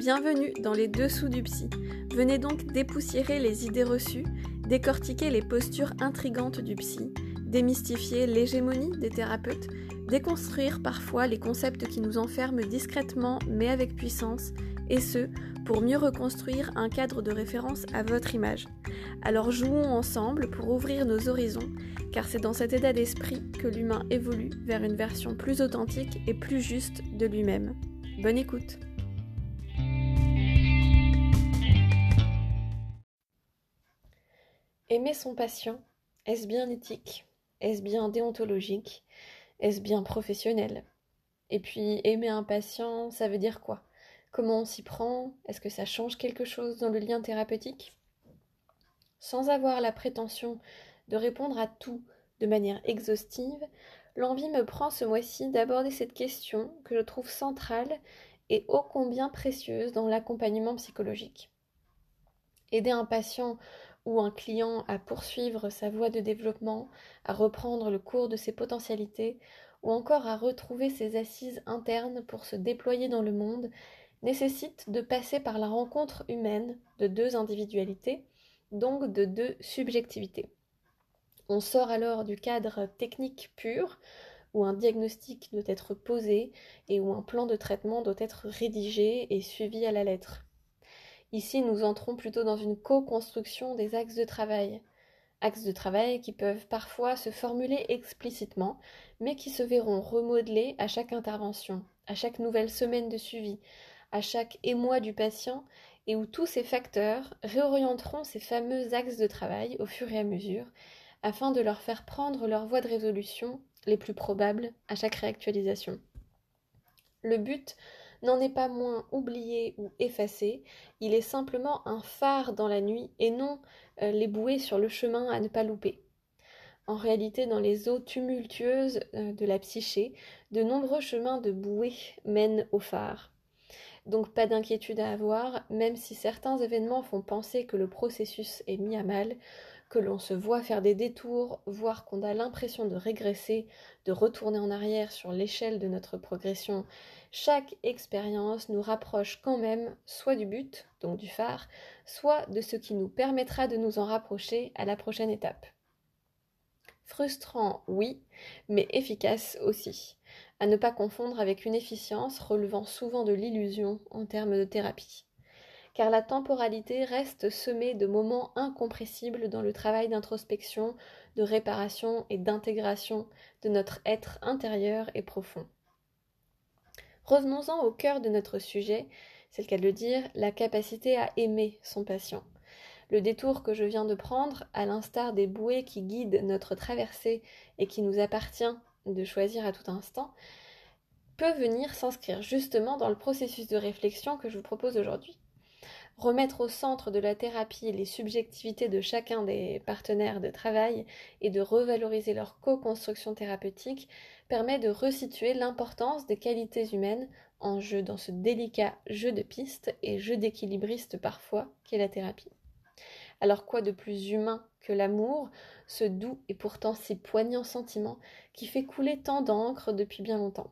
Bienvenue dans les dessous du psy. Venez donc dépoussiérer les idées reçues, décortiquer les postures intrigantes du psy, démystifier l'hégémonie des thérapeutes, déconstruire parfois les concepts qui nous enferment discrètement mais avec puissance, et ce, pour mieux reconstruire un cadre de référence à votre image. Alors jouons ensemble pour ouvrir nos horizons, car c'est dans cet état d'esprit que l'humain évolue vers une version plus authentique et plus juste de lui-même. Bonne écoute! Aimer son patient, est-ce bien éthique? Est-ce bien déontologique? Est-ce bien professionnel? Et puis, aimer un patient, ça veut dire quoi? Comment on s'y prend? Est-ce que ça change quelque chose dans le lien thérapeutique? Sans avoir la prétention de répondre à tout de manière exhaustive, l'envie me prend ce mois-ci d'aborder cette question que je trouve centrale et ô combien précieuse dans l'accompagnement psychologique. Aider un patient ou un client à poursuivre sa voie de développement, à reprendre le cours de ses potentialités, ou encore à retrouver ses assises internes pour se déployer dans le monde, nécessite de passer par la rencontre humaine de deux individualités, donc de deux subjectivités. On sort alors du cadre technique pur, où un diagnostic doit être posé et où un plan de traitement doit être rédigé et suivi à la lettre. Ici, nous entrons plutôt dans une co-construction des axes de travail qui peuvent parfois se formuler explicitement, mais qui se verront remodelés à chaque intervention, à chaque nouvelle semaine de suivi, à chaque émoi du patient, et où tous ces facteurs réorienteront ces fameux axes de travail au fur et à mesure, afin de leur faire prendre leurs voies de résolution les plus probables à chaque réactualisation. Le but n'en est pas moins oublié ou effacé, il est simplement un phare dans la nuit et non les bouées sur le chemin à ne pas louper. En réalité, dans les eaux tumultueuses de la psyché, de nombreux chemins de bouées mènent au phare. Donc pas d'inquiétude à avoir, même si certains événements font penser que le processus est mis à mal, que l'on se voit faire des détours, voire qu'on a l'impression de régresser, de retourner en arrière sur l'échelle de notre progression. Chaque expérience nous rapproche quand même soit du but, donc du phare, soit de ce qui nous permettra de nous en rapprocher à la prochaine étape. Frustrant, oui, mais efficace aussi, à ne pas confondre avec une efficience relevant souvent de l'illusion en termes de thérapie. Car la temporalité reste semée de moments incompressibles dans le travail d'introspection, de réparation et d'intégration de notre être intérieur et profond. Revenons-en au cœur de notre sujet, c'est le cas de le dire, la capacité à aimer son patient. Le détour que je viens de prendre, à l'instar des bouées qui guident notre traversée et qui nous appartient de choisir à tout instant, peut venir s'inscrire justement dans le processus de réflexion que je vous propose aujourd'hui. Remettre au centre de la thérapie les subjectivités de chacun des partenaires de travail et de revaloriser leur co-construction thérapeutique permet de resituer l'importance des qualités humaines en jeu dans ce délicat jeu de pistes et jeu d'équilibriste parfois qu'est la thérapie. Alors quoi de plus humain que l'amour, ce doux et pourtant si poignant sentiment qui fait couler tant d'encre depuis bien longtemps.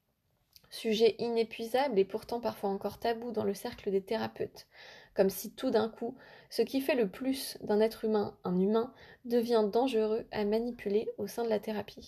Sujet inépuisable et pourtant parfois encore tabou dans le cercle des thérapeutes, comme si tout d'un coup, ce qui fait le plus d'un être humain un humain devient dangereux à manipuler au sein de la thérapie.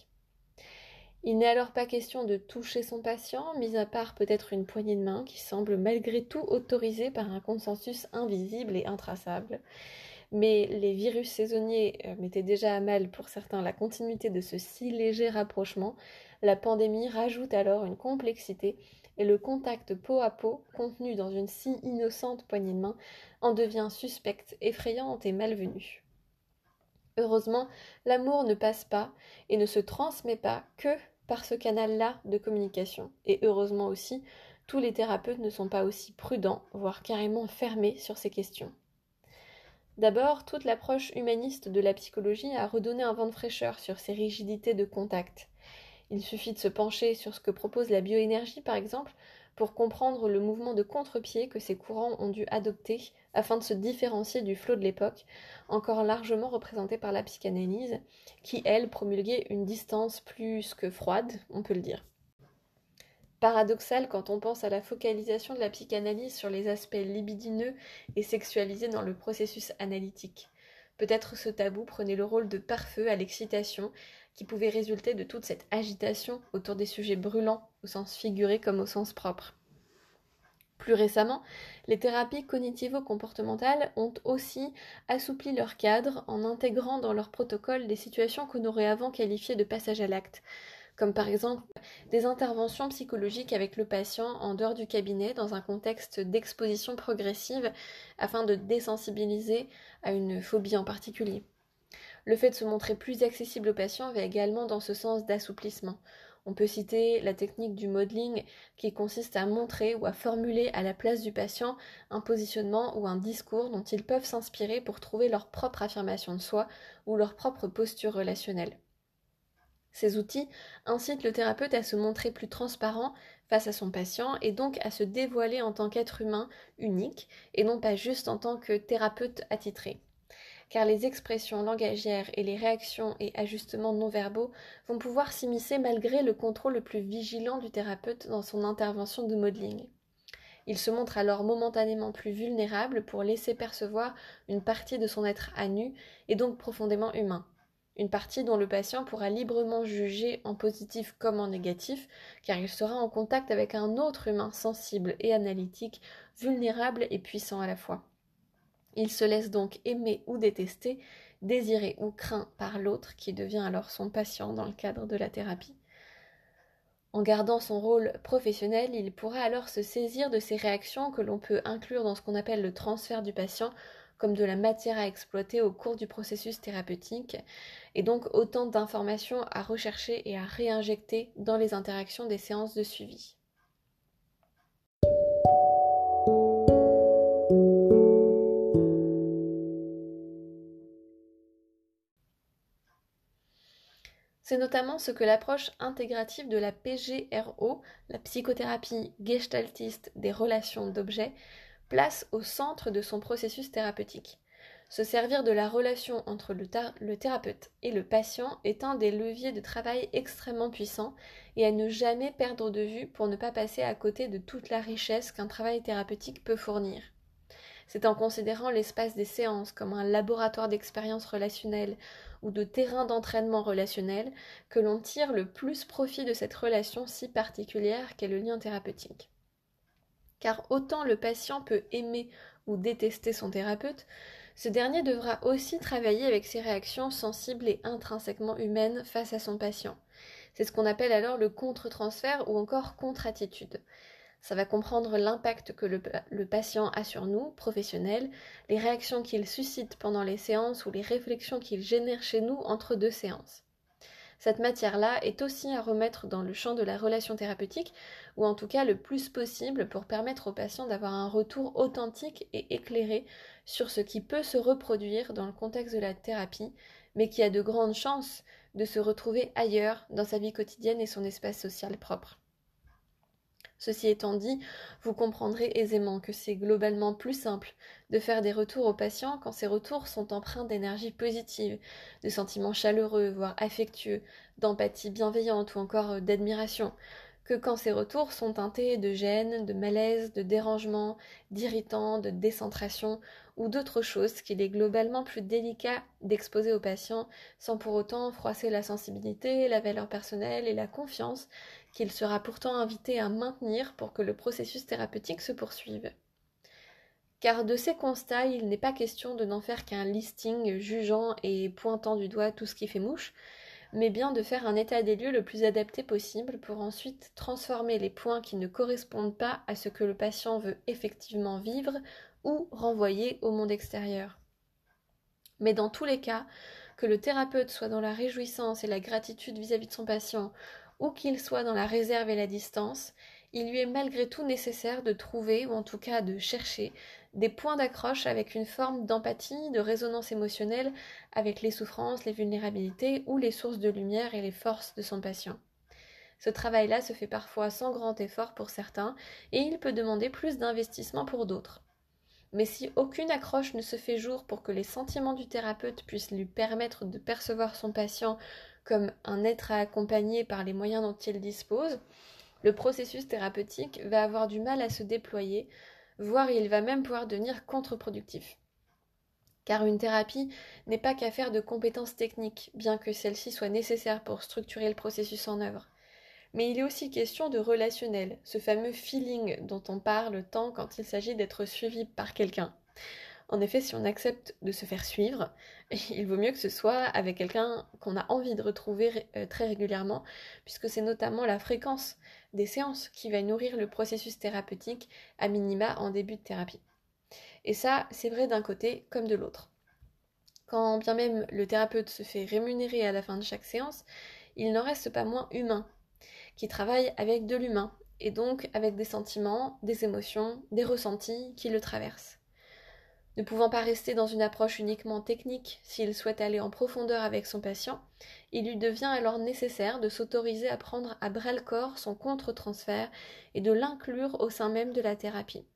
Il n'est alors pas question de toucher son patient, mis à part peut-être une poignée de main qui semble malgré tout autorisée par un consensus invisible et intraçable. Mais les virus saisonniers mettaient déjà à mal pour certains la continuité de ce si léger rapprochement. La pandémie rajoute alors une complexité et le contact peau à peau, contenu dans une si innocente poignée de main, en devient suspecte, effrayante et malvenue. Heureusement, l'amour ne passe pas et ne se transmet pas que par ce canal-là de communication. Et heureusement aussi, tous les thérapeutes ne sont pas aussi prudents, voire carrément fermés sur ces questions. D'abord, toute l'approche humaniste de la psychologie a redonné un vent de fraîcheur sur ces rigidités de contact. Il suffit de se pencher sur ce que propose la bioénergie, par exemple, pour comprendre le mouvement de contre-pied que ces courants ont dû adopter afin de se différencier du flot de l'époque, encore largement représenté par la psychanalyse, qui, elle, promulguait une distance plus que froide, on peut le dire. Paradoxal quand on pense à la focalisation de la psychanalyse sur les aspects libidineux et sexualisés dans le processus analytique. Peut-être ce tabou prenait le rôle de pare-feu à l'excitation qui pouvait résulter de toute cette agitation autour des sujets brûlants au sens figuré comme au sens propre. Plus récemment, les thérapies cognitivo-comportementales ont aussi assoupli leur cadre en intégrant dans leur protocole des situations qu'on aurait avant qualifiées de passage à l'acte, comme par exemple des interventions psychologiques avec le patient en dehors du cabinet dans un contexte d'exposition progressive afin de désensibiliser à une phobie en particulier. Le fait de se montrer plus accessible aux patients va également dans ce sens d'assouplissement. On peut citer la technique du modeling qui consiste à montrer ou à formuler à la place du patient un positionnement ou un discours dont ils peuvent s'inspirer pour trouver leur propre affirmation de soi ou leur propre posture relationnelle. Ces outils incitent le thérapeute à se montrer plus transparent face à son patient et donc à se dévoiler en tant qu'être humain unique et non pas juste en tant que thérapeute attitré. Car les expressions langagières et les réactions et ajustements non-verbaux vont pouvoir s'immiscer malgré le contrôle le plus vigilant du thérapeute dans son intervention de modeling. Il se montre alors momentanément plus vulnérable pour laisser percevoir une partie de son être à nu et donc profondément humain. Une partie dont le patient pourra librement juger en positif comme en négatif, car il sera en contact avec un autre humain sensible et analytique, vulnérable et puissant à la fois. Il se laisse donc aimer ou détester, désirer ou craint par l'autre qui devient alors son patient dans le cadre de la thérapie. En gardant son rôle professionnel, il pourra alors se saisir de ces réactions que l'on peut inclure dans ce qu'on appelle le transfert du patient comme de la matière à exploiter au cours du processus thérapeutique, et donc autant d'informations à rechercher et à réinjecter dans les interactions des séances de suivi. C'est notamment ce que l'approche intégrative de la PGRO, la psychothérapie gestaltiste des relations d'objets, place au centre de son processus thérapeutique. Se servir de la relation entre le thérapeute et le patient est un des leviers de travail extrêmement puissants et à ne jamais perdre de vue pour ne pas passer à côté de toute la richesse qu'un travail thérapeutique peut fournir. C'est en considérant l'espace des séances comme un laboratoire d'expérience relationnelle ou de terrain d'entraînement relationnel que l'on tire le plus profit de cette relation si particulière qu'est le lien thérapeutique. Car autant le patient peut aimer ou détester son thérapeute, ce dernier devra aussi travailler avec ses réactions sensibles et intrinsèquement humaines face à son patient. C'est ce qu'on appelle alors le contre-transfert ou encore contre-attitude. Ça va comprendre l'impact que le patient a sur nous, professionnels, les réactions qu'il suscite pendant les séances ou les réflexions qu'il génère chez nous entre deux séances. Cette matière-là est aussi à remettre dans le champ de la relation thérapeutique, ou en tout cas le plus possible pour permettre au patient d'avoir un retour authentique et éclairé sur ce qui peut se reproduire dans le contexte de la thérapie, mais qui a de grandes chances de se retrouver ailleurs dans sa vie quotidienne et son espace social propre. Ceci étant dit, vous comprendrez aisément que c'est globalement plus simple de faire des retours aux patients quand ces retours sont empreints d'énergie positive, de sentiments chaleureux, voire affectueux, d'empathie bienveillante ou encore d'admiration, que quand ces retours sont teintés de gêne, de malaise, de dérangement, d'irritant, de décentration ou d'autres choses qu'il est globalement plus délicat d'exposer aux patients sans pour autant froisser la sensibilité, la valeur personnelle et la confiance qu'il sera pourtant invité à maintenir pour que le processus thérapeutique se poursuive. Car de ces constats, il n'est pas question de n'en faire qu'un listing jugeant et pointant du doigt tout ce qui fait mouche, mais bien de faire un état des lieux le plus adapté possible pour ensuite transformer les points qui ne correspondent pas à ce que le patient veut effectivement vivre ou renvoyer au monde extérieur. Mais dans tous les cas, que le thérapeute soit dans la réjouissance et la gratitude vis-à-vis de son patient, ou qu'il soit dans la réserve et la distance, il lui est malgré tout nécessaire de trouver, ou en tout cas de chercher, des points d'accroche avec une forme d'empathie, de résonance émotionnelle avec les souffrances, les vulnérabilités ou les sources de lumière et les forces de son patient. Ce travail-là se fait parfois sans grand effort pour certains, et il peut demander plus d'investissement pour d'autres. Mais si aucune accroche ne se fait jour pour que les sentiments du thérapeute puissent lui permettre de percevoir son patient comme un être à accompagner par les moyens dont il dispose, le processus thérapeutique va avoir du mal à se déployer, voire il va même pouvoir devenir contre-productif. Car une thérapie n'est pas qu'affaire de compétences techniques, bien que celles-ci soient nécessaires pour structurer le processus en œuvre. Mais il est aussi question de relationnel, ce fameux feeling dont on parle tant quand il s'agit d'être suivi par quelqu'un. En effet, si on accepte de se faire suivre, il vaut mieux que ce soit avec quelqu'un qu'on a envie de retrouver très régulièrement, puisque c'est notamment la fréquence des séances qui va nourrir le processus thérapeutique, à minima en début de thérapie. Et ça, c'est vrai d'un côté comme de l'autre. Quand bien même le thérapeute se fait rémunérer à la fin de chaque séance, il n'en reste pas moins humain, qui travaille avec de l'humain, et donc avec des sentiments, des émotions, des ressentis qui le traversent. Ne pouvant pas rester dans une approche uniquement technique s'il souhaite aller en profondeur avec son patient, il lui devient alors nécessaire de s'autoriser à prendre à bras-le-corps son contre-transfert et de l'inclure au sein même de la thérapie.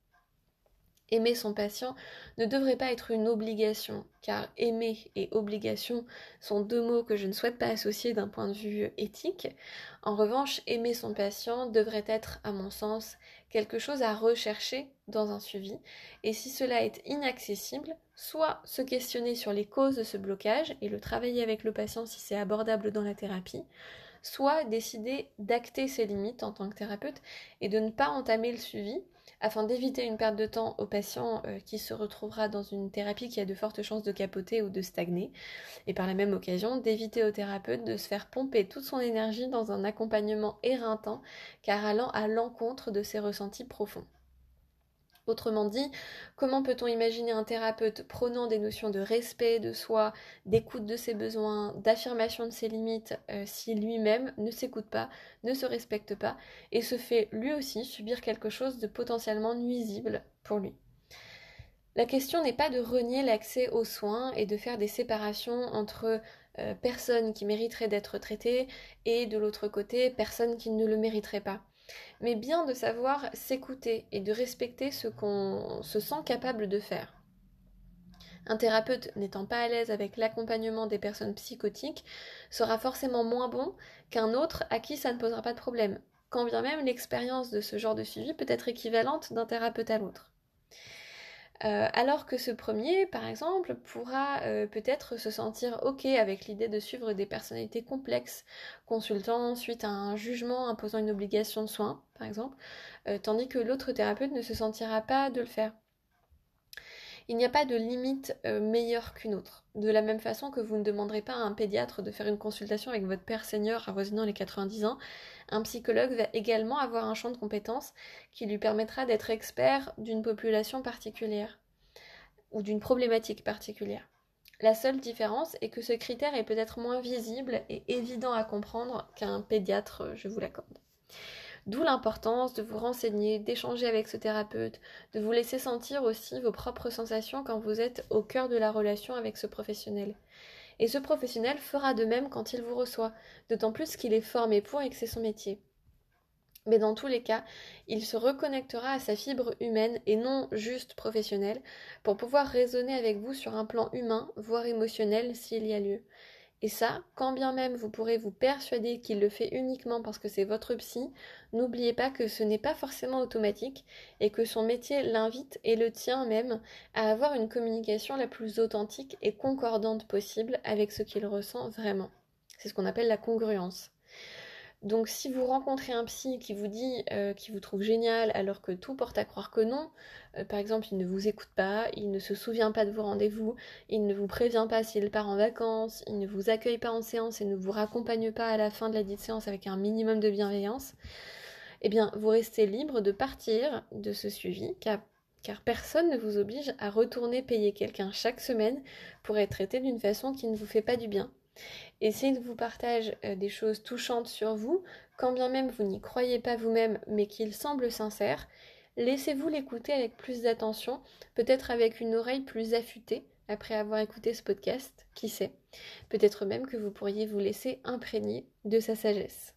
Aimer son patient ne devrait pas être une obligation, car aimer et obligation sont deux mots que je ne souhaite pas associer d'un point de vue éthique. En revanche, aimer son patient devrait être, à mon sens, quelque chose à rechercher dans un suivi, et si cela est inaccessible, soit se questionner sur les causes de ce blocage et le travailler avec le patient si c'est abordable dans la thérapie, soit décider d'acter ses limites en tant que thérapeute et de ne pas entamer le suivi afin d'éviter une perte de temps au patient qui se retrouvera dans une thérapie qui a de fortes chances de capoter ou de stagner, et par la même occasion d'éviter au thérapeute de se faire pomper toute son énergie dans un accompagnement éreintant car allant à l'encontre de ses ressentis profonds. Autrement dit, comment peut-on imaginer un thérapeute prônant des notions de respect de soi, d'écoute de ses besoins, d'affirmation de ses limites, si lui-même ne s'écoute pas, ne se respecte pas, et se fait lui aussi subir quelque chose de potentiellement nuisible pour lui. La question n'est pas de renier l'accès aux soins et de faire des séparations entre personnes qui mériteraient d'être traitées et de l'autre côté, personnes qui ne le mériteraient pas, mais bien de savoir s'écouter et de respecter ce qu'on se sent capable de faire. Un thérapeute n'étant pas à l'aise avec l'accompagnement des personnes psychotiques sera forcément moins bon qu'un autre à qui ça ne posera pas de problème, quand bien même l'expérience de ce genre de suivi peut être équivalente d'un thérapeute à l'autre. Alors que ce premier, par exemple, pourra peut-être se sentir ok avec l'idée de suivre des personnalités complexes, consultant suite à un jugement imposant une obligation de soins, par exemple, tandis que l'autre thérapeute ne se sentira pas de le faire. Il n'y a pas de limite meilleure qu'une autre. De la même façon que vous ne demanderez pas à un pédiatre de faire une consultation avec votre père senior avoisinant les 90 ans, un psychologue va également avoir un champ de compétences qui lui permettra d'être expert d'une population particulière ou d'une problématique particulière. La seule différence est que ce critère est peut-être moins visible et évident à comprendre qu'un pédiatre, je vous l'accorde. D'où l'importance de vous renseigner, d'échanger avec ce thérapeute, de vous laisser sentir aussi vos propres sensations quand vous êtes au cœur de la relation avec ce professionnel. Et ce professionnel fera de même quand il vous reçoit, d'autant plus qu'il est formé pour et que c'est son métier. Mais dans tous les cas, il se reconnectera à sa fibre humaine et non juste professionnelle pour pouvoir raisonner avec vous sur un plan humain, voire émotionnel s'il y a lieu. Et ça, quand bien même vous pourrez vous persuader qu'il le fait uniquement parce que c'est votre psy, n'oubliez pas que ce n'est pas forcément automatique et que son métier l'invite et le tient même à avoir une communication la plus authentique et concordante possible avec ce qu'il ressent vraiment. C'est ce qu'on appelle la congruence. Donc si vous rencontrez un psy qui vous dit qu'il vous trouve génial alors que tout porte à croire que non, par exemple il ne vous écoute pas, il ne se souvient pas de vos rendez-vous, il ne vous prévient pas s'il part en vacances, il ne vous accueille pas en séance et ne vous raccompagne pas à la fin de la dite séance avec un minimum de bienveillance, eh bien vous restez libre de partir de ce suivi car personne ne vous oblige à retourner payer quelqu'un chaque semaine pour être traité d'une façon qui ne vous fait pas du bien. Et s'il vous partage des choses touchantes sur vous, quand bien même vous n'y croyez pas vous-même, mais qu'il semble sincère, laissez-vous l'écouter avec plus d'attention, peut-être avec une oreille plus affûtée après avoir écouté ce podcast, qui sait. Peut-être même que vous pourriez vous laisser imprégner de sa sagesse.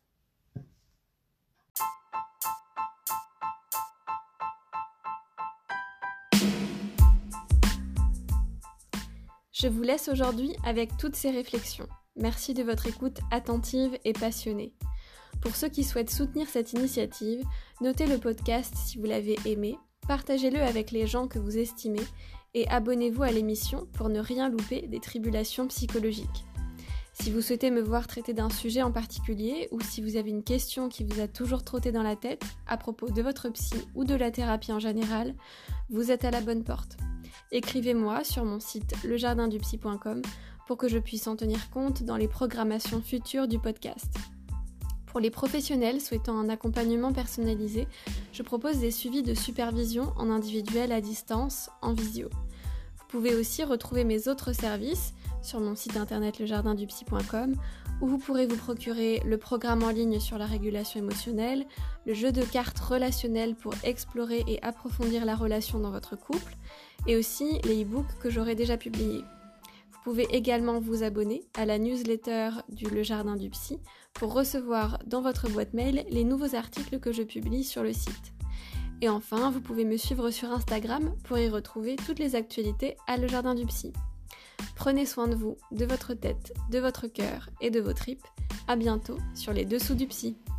Je vous laisse aujourd'hui avec toutes ces réflexions. Merci de votre écoute attentive et passionnée. Pour ceux qui souhaitent soutenir cette initiative, notez le podcast si vous l'avez aimé, partagez-le avec les gens que vous estimez et abonnez-vous à l'émission pour ne rien louper des tribulations psychologiques. Si vous souhaitez me voir traiter d'un sujet en particulier ou si vous avez une question qui vous a toujours trotté dans la tête à propos de votre psy ou de la thérapie en général, vous êtes à la bonne porte. Écrivez-moi sur mon site lejardindupsy.com pour que je puisse en tenir compte dans les programmations futures du podcast. Pour les professionnels souhaitant un accompagnement personnalisé, je propose des suivis de supervision en individuel à distance, en visio. Vous pouvez aussi retrouver mes autres services sur mon site internet lejardindupsy.com où vous pourrez vous procurer le programme en ligne sur la régulation émotionnelle, le jeu de cartes relationnel pour explorer et approfondir la relation dans votre couple et aussi les e-books que j'aurai déjà publiés. Vous pouvez également vous abonner à la newsletter du Le Jardin du Psy pour recevoir dans votre boîte mail les nouveaux articles que je publie sur le site. Et enfin, vous pouvez me suivre sur Instagram pour y retrouver toutes les actualités à Le Jardin du Psy. Prenez soin de vous, de votre tête, de votre cœur et de vos tripes. À bientôt sur les dessous du psy.